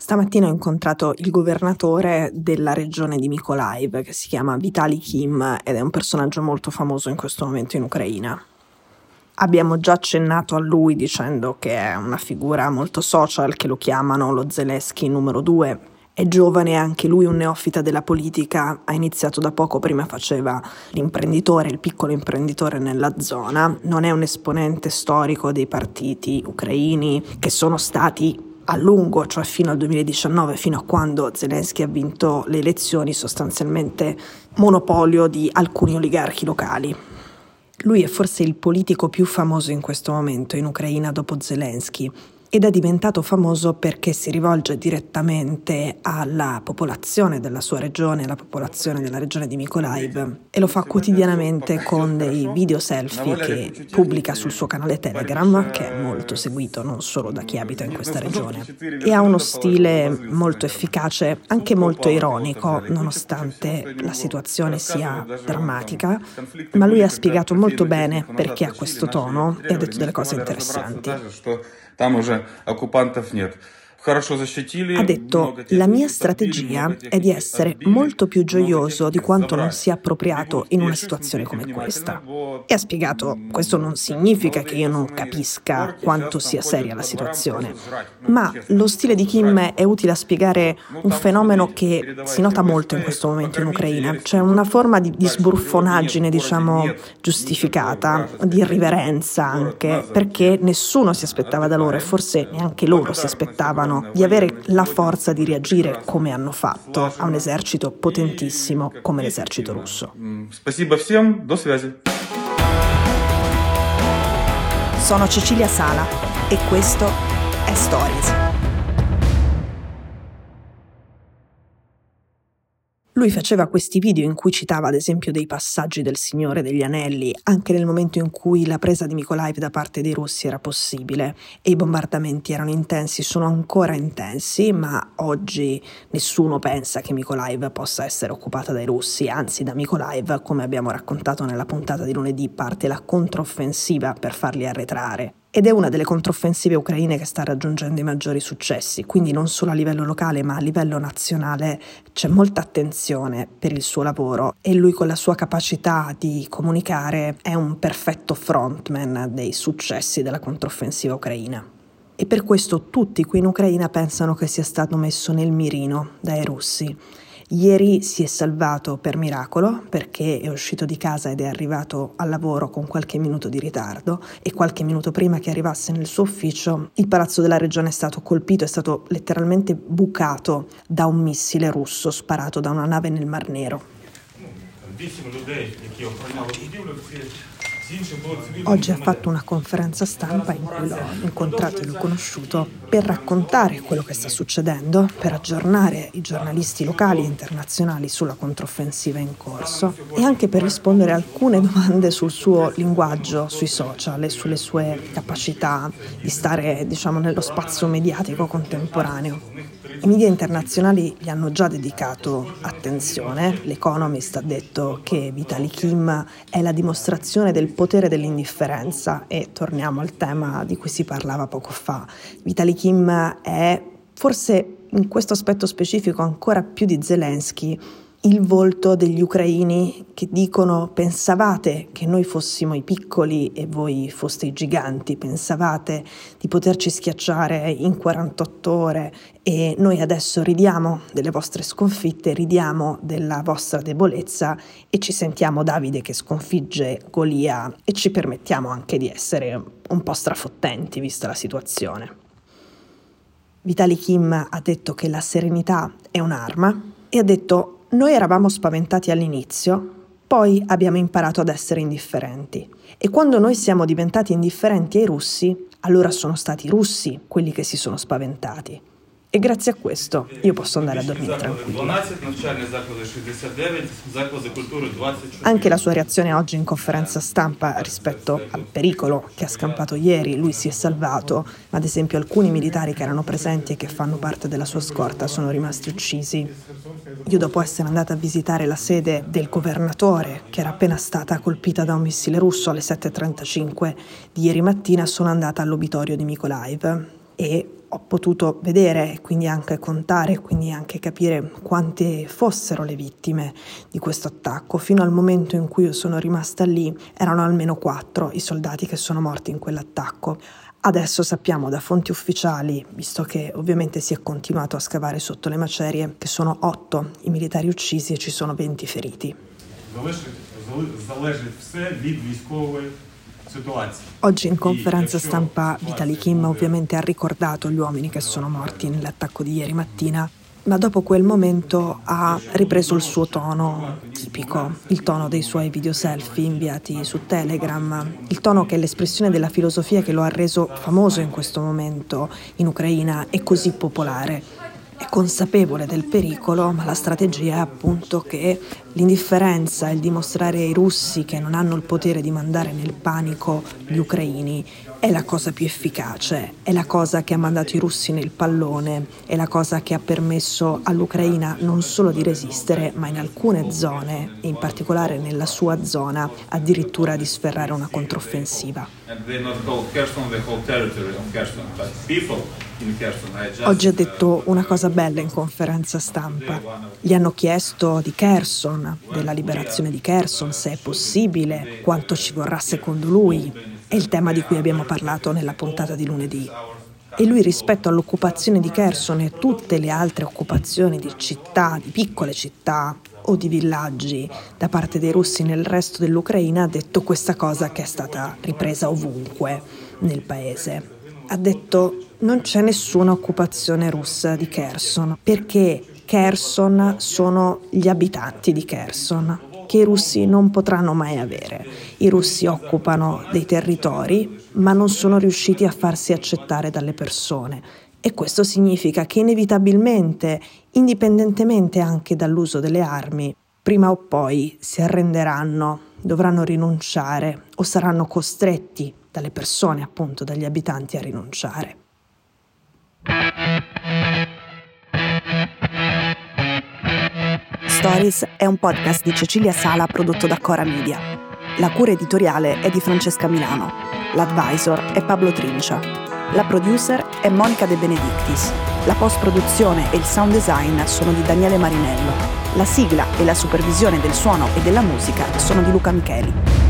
Stamattina ho incontrato il governatore della regione di Mykolaiv, che si chiama Vitaly Kim ed è un personaggio molto famoso in questo momento in Ucraina. Abbiamo già accennato a lui dicendo che è una figura molto social, che lo chiamano lo Zelensky numero 2. È giovane, anche lui un neofita della politica, ha iniziato da poco, prima faceva l'imprenditore, il piccolo imprenditore nella zona, non è un esponente storico dei partiti ucraini che sono stati a lungo, cioè fino al 2019, fino a quando Zelensky ha vinto le elezioni, sostanzialmente monopolio di alcuni oligarchi locali. Lui è forse il politico più famoso in questo momento in Ucraina dopo Zelensky ed è diventato famoso perché si rivolge direttamente alla popolazione della sua regione, alla popolazione della regione di Mykolaiv, e lo fa quotidianamente con dei video selfie che pubblica sul suo canale Telegram, che è molto seguito non solo da chi abita in questa regione, e ha uno stile molto efficace, anche molto ironico, nonostante la situazione sia drammatica, ma lui ha spiegato molto bene perché ha questo tono e ha detto delle cose interessanti. Ha detto: la mia strategia è di essere molto più gioioso di quanto non sia appropriato in una situazione come questa. E ha spiegato: questo non significa che io non capisca quanto sia seria la situazione, ma lo stile di Kim è utile a spiegare un fenomeno che si nota molto in questo momento in Ucraina. C'è una forma di sbruffonaggine, diciamo, giustificata, di irriverenza anche, perché nessuno si aspettava da loro, e forse neanche loro si aspettavano di avere la forza di reagire come hanno fatto a un esercito potentissimo come l'esercito russo. Sono Cecilia Sala e questo è Stories. Lui faceva questi video in cui citava ad esempio dei passaggi del Signore degli Anelli, anche nel momento in cui la presa di Mykolaiv da parte dei russi era possibile e i bombardamenti erano intensi, sono ancora intensi, ma oggi nessuno pensa che Mykolaiv possa essere occupata dai russi, anzi da Mykolaiv, come abbiamo raccontato nella puntata di lunedì, parte la controffensiva per farli arretrare. Ed è una delle controffensive ucraine che sta raggiungendo i maggiori successi, quindi non solo a livello locale ma a livello nazionale c'è molta attenzione per il suo lavoro e lui, con la sua capacità di comunicare, è un perfetto frontman dei successi della controffensiva ucraina. E per questo tutti qui in Ucraina pensano che sia stato messo nel mirino dai russi. Ieri si è salvato per miracolo perché è uscito di casa ed è arrivato al lavoro con qualche minuto di ritardo, e qualche minuto prima che arrivasse nel suo ufficio il palazzo della regione è stato colpito, è stato letteralmente bucato da un missile russo sparato da una nave nel Mar Nero. Oggi ha fatto una conferenza stampa in cui l'ho incontrato e l'ho conosciuto per raccontare quello che sta succedendo, per aggiornare i giornalisti locali e internazionali sulla controffensiva in corso e anche per rispondere a alcune domande sul suo linguaggio sui social e sulle sue capacità di stare, diciamo, nello spazio mediatico contemporaneo. I media internazionali gli hanno già dedicato attenzione. L'Economist ha detto che Vitaly Kim è la dimostrazione del potere dell'indifferenza, e torniamo al tema di cui si parlava poco fa. Vitaly Kim è, forse in questo aspetto specifico ancora più di Zelensky, il volto degli ucraini che dicono: pensavate che noi fossimo i piccoli e voi foste i giganti, pensavate di poterci schiacciare in 48 ore e noi adesso ridiamo delle vostre sconfitte, ridiamo della vostra debolezza e ci sentiamo Davide che sconfigge Golia e ci permettiamo anche di essere un po' strafottenti vista la situazione. Vitaly Kim ha detto che la serenità è un'arma e ha detto: noi eravamo spaventati all'inizio, poi abbiamo imparato ad essere indifferenti. E quando noi siamo diventati indifferenti ai russi, allora sono stati i russi quelli che si sono spaventati. E grazie a questo io posso andare a dormire tranquillo. Anche la sua reazione oggi in conferenza stampa rispetto al pericolo che ha scampato ieri, lui si è salvato, ma ad esempio alcuni militari che erano presenti e che fanno parte della sua scorta sono rimasti uccisi. Io, dopo essere andata a visitare la sede del governatore, che era appena stata colpita da un missile russo alle 7:35 di ieri mattina, sono andata all'obitorio di Mykolaiv e ho potuto vedere e quindi anche contare e quindi anche capire quante fossero le vittime di questo attacco. Fino al momento in cui io sono rimasta lì erano almeno 4 i soldati che sono morti in quell'attacco. Adesso sappiamo da fonti ufficiali, visto che ovviamente si è continuato a scavare sotto le macerie, che sono 8 i militari uccisi e ci sono 20 feriti. Oggi in conferenza stampa Vitaly Kim ovviamente ha ricordato gli uomini che sono morti nell'attacco di ieri mattina, ma dopo quel momento ha ripreso il suo tono tipico, il tono dei suoi video selfie inviati su Telegram, il tono che è l'espressione della filosofia che lo ha reso famoso in questo momento in Ucraina e così popolare. È consapevole del pericolo, ma la strategia è appunto che l'indifferenza, il dimostrare ai russi che non hanno il potere di mandare nel panico gli ucraini è la cosa più efficace, è la cosa che ha mandato i russi nel pallone, è la cosa che ha permesso all'Ucraina non solo di resistere, ma in alcune zone, e in particolare nella sua zona, addirittura di sferrare una controffensiva. Oggi ha detto una cosa bella in conferenza stampa. Gli hanno chiesto di Kherson, della liberazione di Kherson, se è possibile, quanto ci vorrà secondo lui. È il tema di cui abbiamo parlato nella puntata di lunedì. E lui, rispetto all'occupazione di Kherson e tutte le altre occupazioni di città, di piccole città o di villaggi da parte dei russi nel resto dell'Ucraina, ha detto questa cosa che è stata ripresa ovunque nel paese. Ha detto: non c'è nessuna occupazione russa di Kherson, perché Kherson sono gli abitanti di Kherson, che i russi non potranno mai avere. I russi occupano dei territori, ma non sono riusciti a farsi accettare dalle persone. E questo significa che inevitabilmente, indipendentemente anche dall'uso delle armi, prima o poi si arrenderanno, dovranno rinunciare o saranno costretti dalle persone, appunto, dagli abitanti a rinunciare. Stories è un podcast di Cecilia Sala prodotto da Cora Media. La cura editoriale è di Francesca Milano. L'advisor è Pablo Trincia. La producer è Monica De Benedictis. La post-produzione e il sound design sono di Daniele Marinello. La sigla e la supervisione del suono e della musica sono di Luca Micheli.